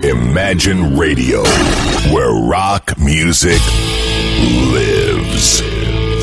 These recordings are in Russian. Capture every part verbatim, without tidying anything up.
Imagine Radio, where rock music lives.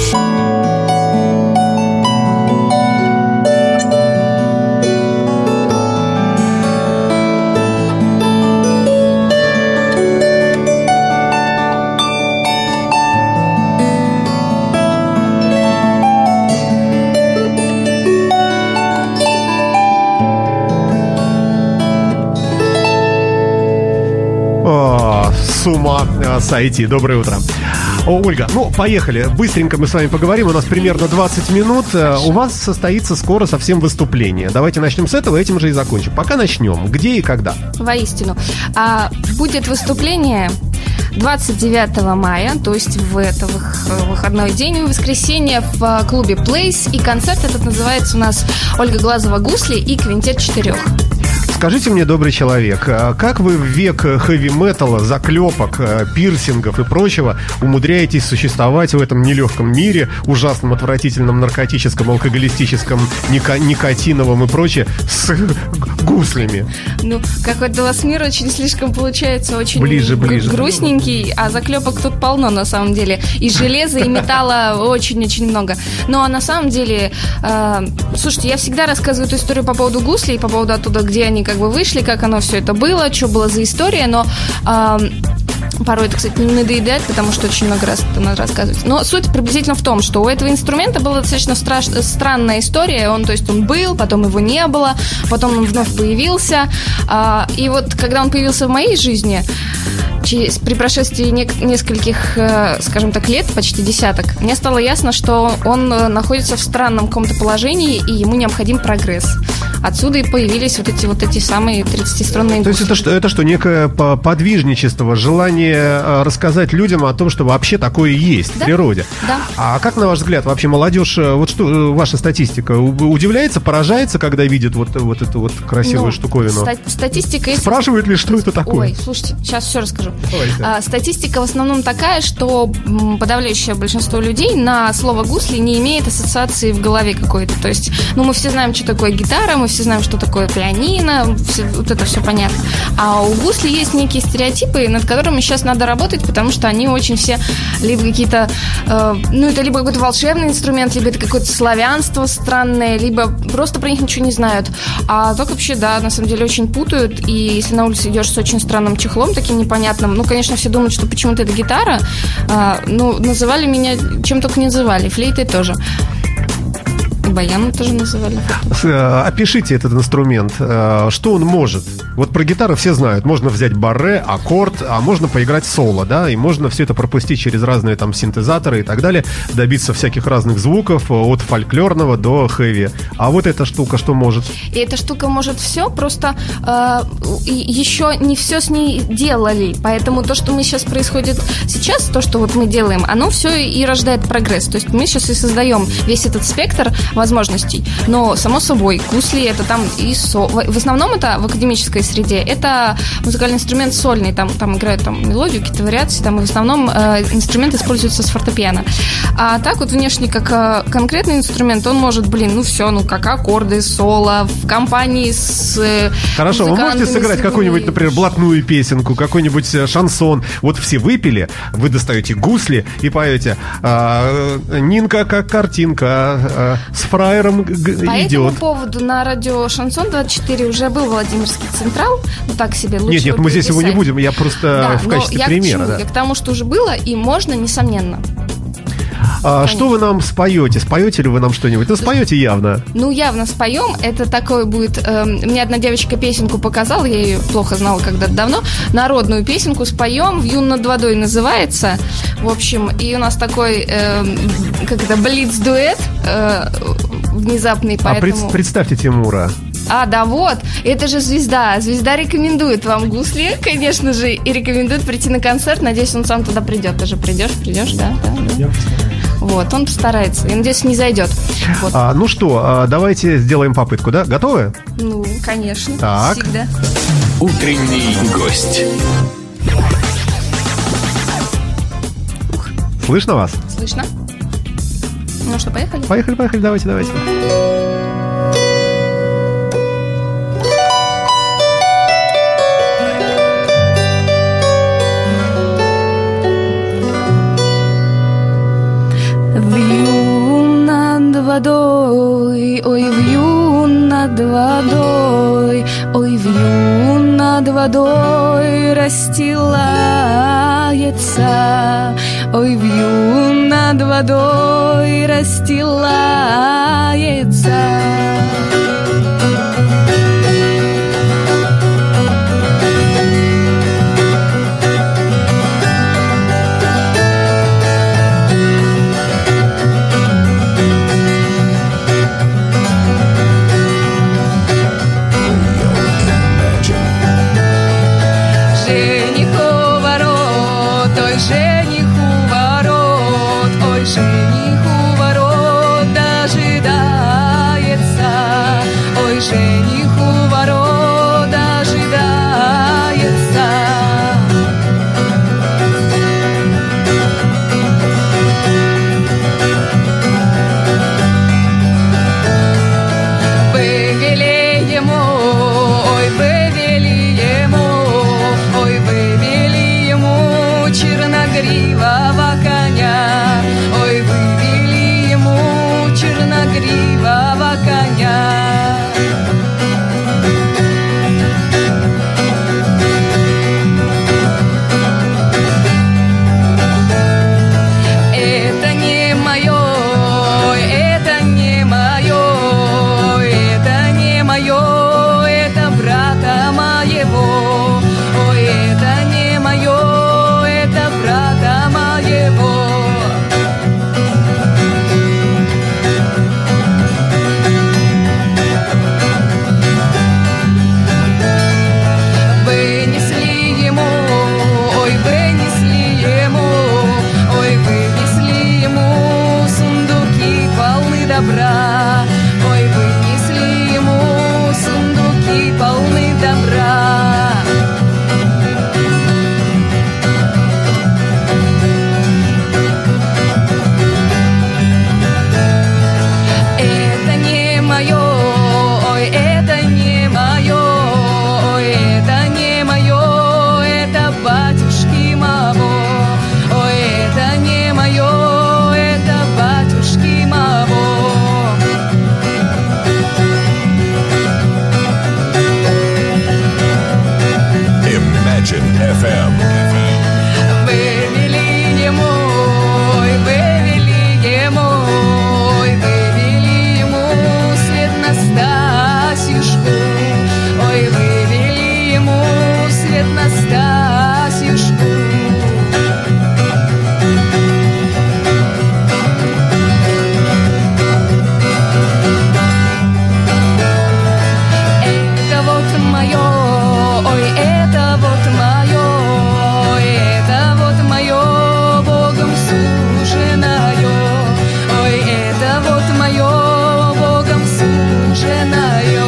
С ума сойти. Доброе утро. О, Ольга, ну, поехали. Быстренько мы с вами поговорим. У нас примерно двадцать минут. Хорошо. У вас состоится скоро совсем выступление. Давайте начнем с этого, этим же и закончим. Пока начнем. Где и когда? Воистину. А, будет выступление двадцать девятого мая, то есть в этот выходной день, в воскресенье, в клубе Place. И концерт этот называется у нас «Ольга Глазова гусли» и «Квинтет четырех». Скажите мне, добрый человек, как вы в век хэви-металла, заклепок, пирсингов и прочего умудряетесь существовать в этом нелегком мире, ужасном, отвратительном, наркотическом, алкоголистическом, ника- никотиновом и прочее, с гуслями? Ну, какой-то у вас мир очень слишком получается очень ближе, ближе. грустненький, а заклепок тут полно на самом деле. И железа, и металла очень-очень много. Ну, а на самом деле, э, слушайте, я всегда рассказываю эту историю по поводу гуслей, по поводу оттуда, где они как бы вышли, как оно все это было, что было за история, но э, порой это, кстати, не надоедает, потому что очень много раз это надо рассказывать. Но суть приблизительно в том, что у этого инструмента была достаточно страш... странная история. Он, то есть он был, потом его не было, потом он вновь появился. Э, и вот когда он появился в моей жизни, через, при прошествии не, нескольких, э, скажем так, лет, почти десяток, мне стало ясно, что он э, находится в странном каком-то положении, и ему необходим прогресс. Отсюда и появились вот эти вот эти самые тридцатиструнные гусли. То есть это что, это что, некое подвижничество, желание рассказать людям о том, что вообще такое есть, да, в природе. Да. А как, на ваш взгляд, вообще молодежь, вот что ваша статистика, удивляется, поражается, когда видит вот, вот эту вот красивую ну, штуковину? Ста- статистика... Спрашивают ли, что это такое? Ой, слушайте, сейчас все расскажу. А, статистика в основном такая, что подавляющее большинство людей на слово гусли не имеет ассоциации в голове какой-то. То есть, ну, мы все знаем, что такое гитара, мы все знаем, что такое пианино, все, вот это все понятно. А у гусли есть некие стереотипы, над которыми сейчас надо работать, потому что они очень все либо какие-то, э, ну, это либо какой-то волшебный инструмент, либо это какое-то славянство странное, либо просто про них ничего не знают. А так вообще, да, на самом деле очень путают, и если на улице идешь с очень странным чехлом, таким непонятным, ну, конечно, все думают, что почему-то это гитара, э, ну, называли меня чем только не называли, флейтой тоже. Баяном тоже называли. Опишите этот инструмент. Что он может? Вот про гитару все знают. Можно взять барре, аккорд, а можно поиграть соло, да, и можно все это пропустить через разные там синтезаторы и так далее, добиться всяких разных звуков, от фольклорного до хэви. А вот эта штука что может? И эта штука может все, просто э, еще не все с ней делали. Поэтому то, что мы сейчас происходит сейчас, то, что вот мы делаем, оно все и рождает прогресс. То есть мы сейчас и создаем весь этот спектр возможностей. Но, само собой, гусли это там и со... В основном это в академической среде. Это музыкальный инструмент сольный. Там, там играют там мелодию, какие-то вариации. Там и в основном э, инструмент используется с фортепиано. А так вот внешне, как э, конкретный инструмент, он может, блин, ну все, ну как аккорды, соло, в компании с э, Хорошо, вы можете сыграть какую-нибудь, например, блатную песенку, какой-нибудь шансон. Вот все выпили, вы достаете гусли и поете э, «Нинка как картинка», э, с фраером г- По идет. По этому поводу на радио «Шансон двадцать четыре» уже был Владимирский Централ. Ну так себе лучше. Нет, нет, мы здесь его не будем, я просто да, в качестве я примера. К да. Я к тому, что уже было, и можно, несомненно. А, что вы нам споете? Споете ли вы нам что-нибудь? Ну, споете явно. Ну, явно споем. Это такое будет... Э, мне одна девочка песенку показала, я ее плохо знала когда-то давно. Народную песенку споем. «Вьюн над водой» называется. В общем, и у нас такой, э, как это, блиц-дуэт э, внезапный, поэтому... А представьте Тимура. А, да, вот, это же звезда. Звезда рекомендует вам гусли, конечно же, и рекомендует прийти на концерт. Надеюсь, он сам туда придет. Ты же придешь, придешь, да? да, да. Я постараюсь. Вот, он постарается. Я надеюсь, не зайдет. Вот. А, ну что, а, давайте сделаем попытку, да? Готовы? Ну, конечно. Так. Всегда. Утренний гость. Слышно вас? Слышно. Ну что, поехали? Поехали, поехали, давайте, давайте. вьюн над водой расстилается, ой, вьюн над водой расстилается. Жених у ворот дожидается, ой, жених у ворот дожидается. Вывели ему, ой, вывели ему, ой, вывели ему черногривого коня. Черногривого коня. Это не мое, это не мое, это не мое, это брата моего. Ой, это не мое, это брата моего. Добра. Ой, вынесли ему сундуки полны добра. Это не мое, ой, это не мое, ой, это не мое, это батюшки моего. Ой, это не мое, это батюшки моего. Imagine эф эм. Вывели ему, ой, вывели ему, ой, вывели ему свет Настасьюшку, ой, вывели ему свет Настасьюшку. Это вот мое, ой, это вот мое, ой, это вот мое Богом суженое, ой, это вот мое Богом суженое.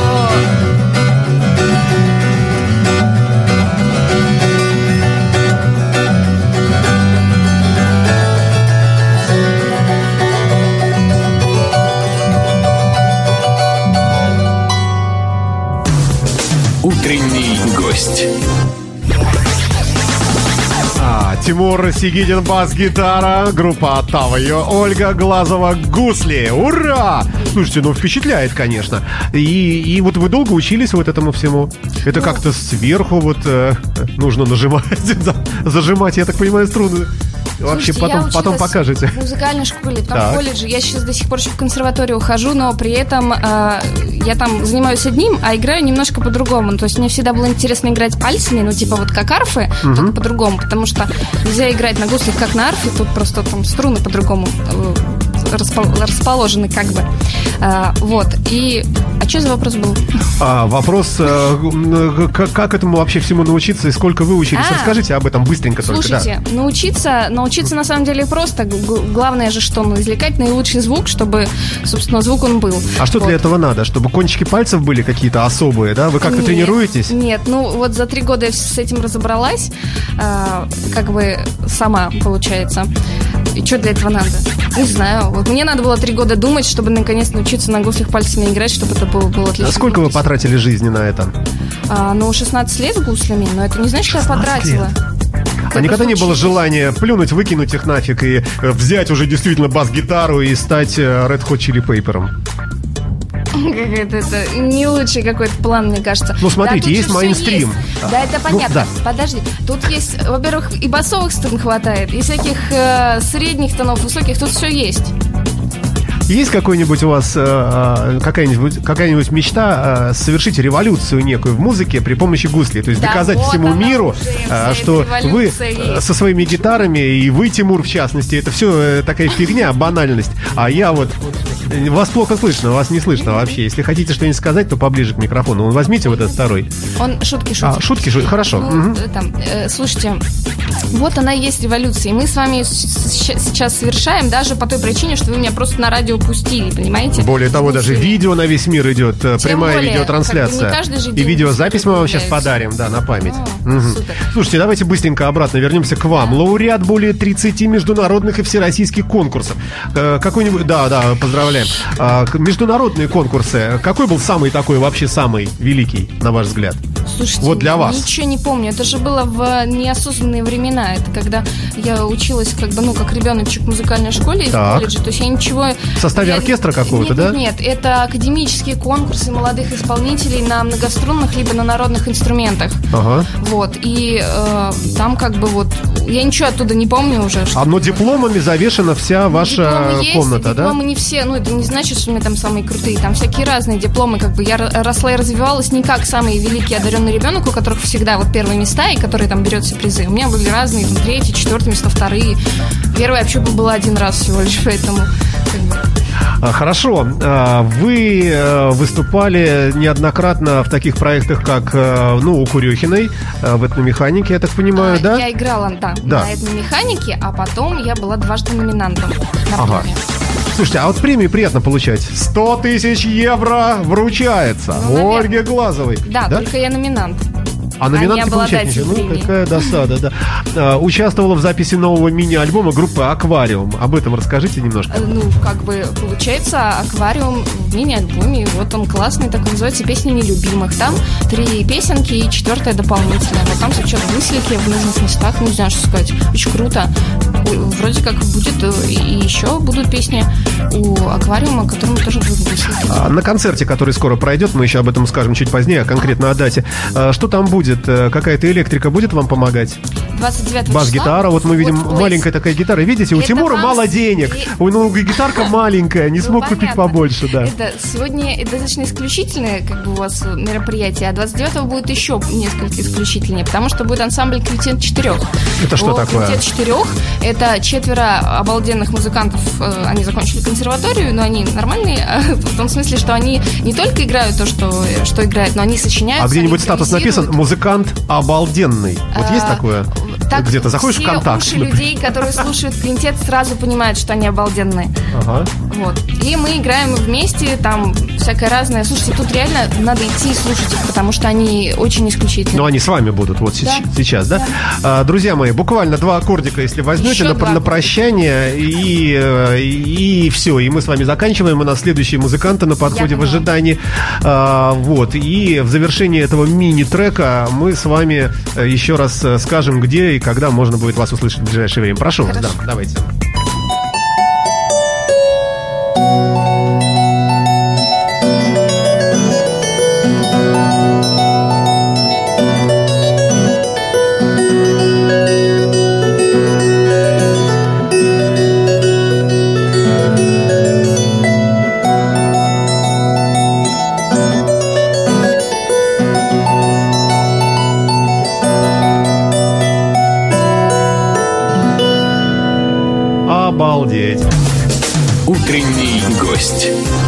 Утренний гость. А, Тимур Сигидин, бас-гитара, группа Оттава, ее Ольга Глазова, гусли. Ура! Слушайте, ну впечатляет, конечно. И, и вот вы долго учились вот этому всему? Это ну, как-то сверху вот э, нужно нажимать, зажимать, я так понимаю, струны. Вообще, слушайте, потом, потом покажете. В музыкальной школе, потом так. в колледже. Я сейчас до сих пор еще в консерваторию хожу, но при этом э, я там занимаюсь одним, а играю немножко по-другому. То есть мне всегда было интересно играть пальцами, ну типа вот как арфы, угу. только по-другому, потому что нельзя играть на гуслях как на арфе, тут просто там струны по-другому э, расположены как бы. А, вот, и... А что за вопрос был? А, вопрос, э, как, как этому вообще всему научиться и сколько вы учились? А, расскажите об этом быстренько только. Слушайте, да. научиться, научиться на самом деле просто. Главное же, что ну, извлекать наилучший звук, чтобы, собственно, звук он был. А что вот. Для этого надо? Чтобы кончики пальцев были какие-то особые, да? Вы как-то нет, тренируетесь? Нет, ну вот за три года я с этим разобралась, э, как бы сама, получается. И что для этого надо? Не знаю. Вот мне надо было три года думать, чтобы наконец научиться на гуслях пальцами играть, чтобы это было, было отлично. А сколько вы потратили жизни на это? А, ну, шестнадцать лет с гуслями, но это не значит, что я потратила. Лет. А никогда не было желания плюнуть, выкинуть их нафиг и взять уже действительно бас-гитару и стать Red Hot Chili Pepper'ом? какой-то это не лучший какой-то план, мне кажется. Ну, смотрите, да, есть мейнстрим. Есть. Да, это понятно. Ну, да. Подожди, тут есть, во-первых, и басовых струн хватает, и всяких э, средних тонов, высоких, тут все есть. Есть какой-нибудь у вас э, какая-нибудь, какая-нибудь мечта э, совершить революцию некую в музыке при помощи гуслей? То есть да, доказать вот всему миру, уже, э, что вы есть. со своими гитарами, и вы, Тимур, в частности, это все э, такая фигня, банальность. А я вот... Вас плохо слышно, вас не слышно вообще. Если хотите что-нибудь сказать, то поближе к микрофону. Ну, возьмите вот этот второй. Он шутки шутит. А, шутки шутит, хорошо. Ну, угу. там, э, слушайте, вот она и есть революция. И мы с вами сейчас совершаем даже по той причине, что вы меня просто на радио пустили, понимаете? Более того, даже видео на весь мир идет, Тем прямая более, видеотрансляция. Как бы не каждый же и видеозапись мы вам сейчас подарим, да, на память. О, угу. Супер. Слушайте, давайте быстренько обратно вернемся к вам. Лауреат более тридцати международных и всероссийских конкурсов. Какой-нибудь, да, да, поздравляем. Международные конкурсы. Какой был самый такой, вообще самый великий, на ваш взгляд? Слушайте, вот для вас. Ничего не помню. Это же было в неосознанные времена. Это когда я училась, как бы, ну, как ребеночек в музыкальной школе из колледжа. То есть я ничего... В составе я... оркестра какого-то, нет, да? Нет, нет, это академические конкурсы молодых исполнителей на многострунных либо на народных инструментах. Ага. Вот. И э, там как бы вот... Я ничего оттуда не помню уже. А но дипломами завешена вся ваша дипломы комната, есть, да? Дипломы не все, ну это не значит, что у меня там самые крутые. Там всякие разные дипломы, как бы я росла и развивалась не как самый великий одаренный ребенок, у которых всегда вот первые места, и который там берет все призы. У меня были разные, там, третьи, четвертые места, вторые. Первая вообще была один раз всего лишь, поэтому как бы... Хорошо. Вы выступали неоднократно в таких проектах, как, ну, у Курехиной в этномеханике, я так понимаю, а, да? Я играла, да, да, на этномеханике, а потом я была дважды номинантом на ага. премию. Слушайте, а вот премии приятно получать. сто тысяч евро вручается ну, Ольге Глазовой. Да, да, только я номинант. А номинанты получать ничего. Ну, какая досада, да. А, участвовала в записи нового мини-альбома группы «Аквариум». Об этом расскажите немножко. Ну, как бы, получается, «Аквариум» в мини-альбоме. Вот он классный, так называется, «Песни нелюбимых». Там три песенки и четвертая дополнительная. Вот там звучат выслики в нужных местах. Не знаю, что сказать. Очень круто. Вроде как будет и еще будут песни у «Аквариума», которые тоже будут выслики. А на концерте, который скоро пройдет, мы еще об этом скажем чуть позднее, а конкретно о дате. А, что там будет? Какая-то электрика будет вам помогать? двадцать девятого бас-гитара, вот мы видим вот, маленькая такая гитара. Видите, у Тимура мало денег. И... Ой, ну гитарка маленькая, не ну, смог понятно. Купить побольше, да. Это сегодня это достаточно исключительное, как бы у вас мероприятие, а двадцать девятого будет еще несколько исключительнее, потому что будет ансамбль «Квинтет четырех». Это что вот, такое? «Квинтет четырех» — это четверо обалденных музыкантов. Они закончили консерваторию, но они нормальные, в том смысле, что они не только играют то, что, что играют, но они сочиняют. А где-нибудь статус написан «Музыкант обалденный». Вот а, есть такое? Так где-то заходишь в контакт. Все уши людей, которые слушают «Квинтет», сразу понимают, что они обалденные. Ага. Вот. И мы играем вместе, там всякое разное. Слушайте, тут реально надо идти и слушать их, потому что они очень исключительные. Но они с вами будут вот да. сейчас, да? да? А, друзья мои, буквально два аккордика, если возьмете на, на прощание, и, и, и все. И мы с вами заканчиваем. У нас следующие музыканты на подходе в ожидании. А, вот. И в завершении этого мини-трека мы с вами еще раз скажем, где и когда можно будет вас услышать в ближайшее время. Прошу вас, да, давайте. Обалдеть. Утренний гость.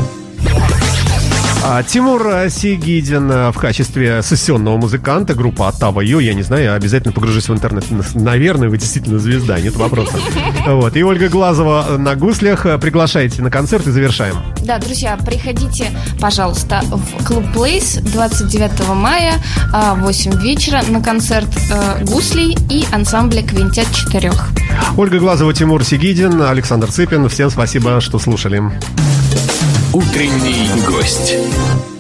А, Тимур Сигидин в качестве сессионного музыканта, группа «Оттава Йо», я не знаю, я обязательно погружусь в интернет. Наверное, вы действительно звезда, нет вопроса. Вот. И Ольга Глазова на гуслях. Приглашайте на концерт и завершаем. Да, друзья, приходите, пожалуйста, в клуб Плейс двадцать девятого мая в восемь вечера на концерт гуслей и ансамбля «Квинтет четырех». Ольга Глазова, Тимур Сигидин, Александр Цыпин. Всем спасибо, что слушали. Утренний гость.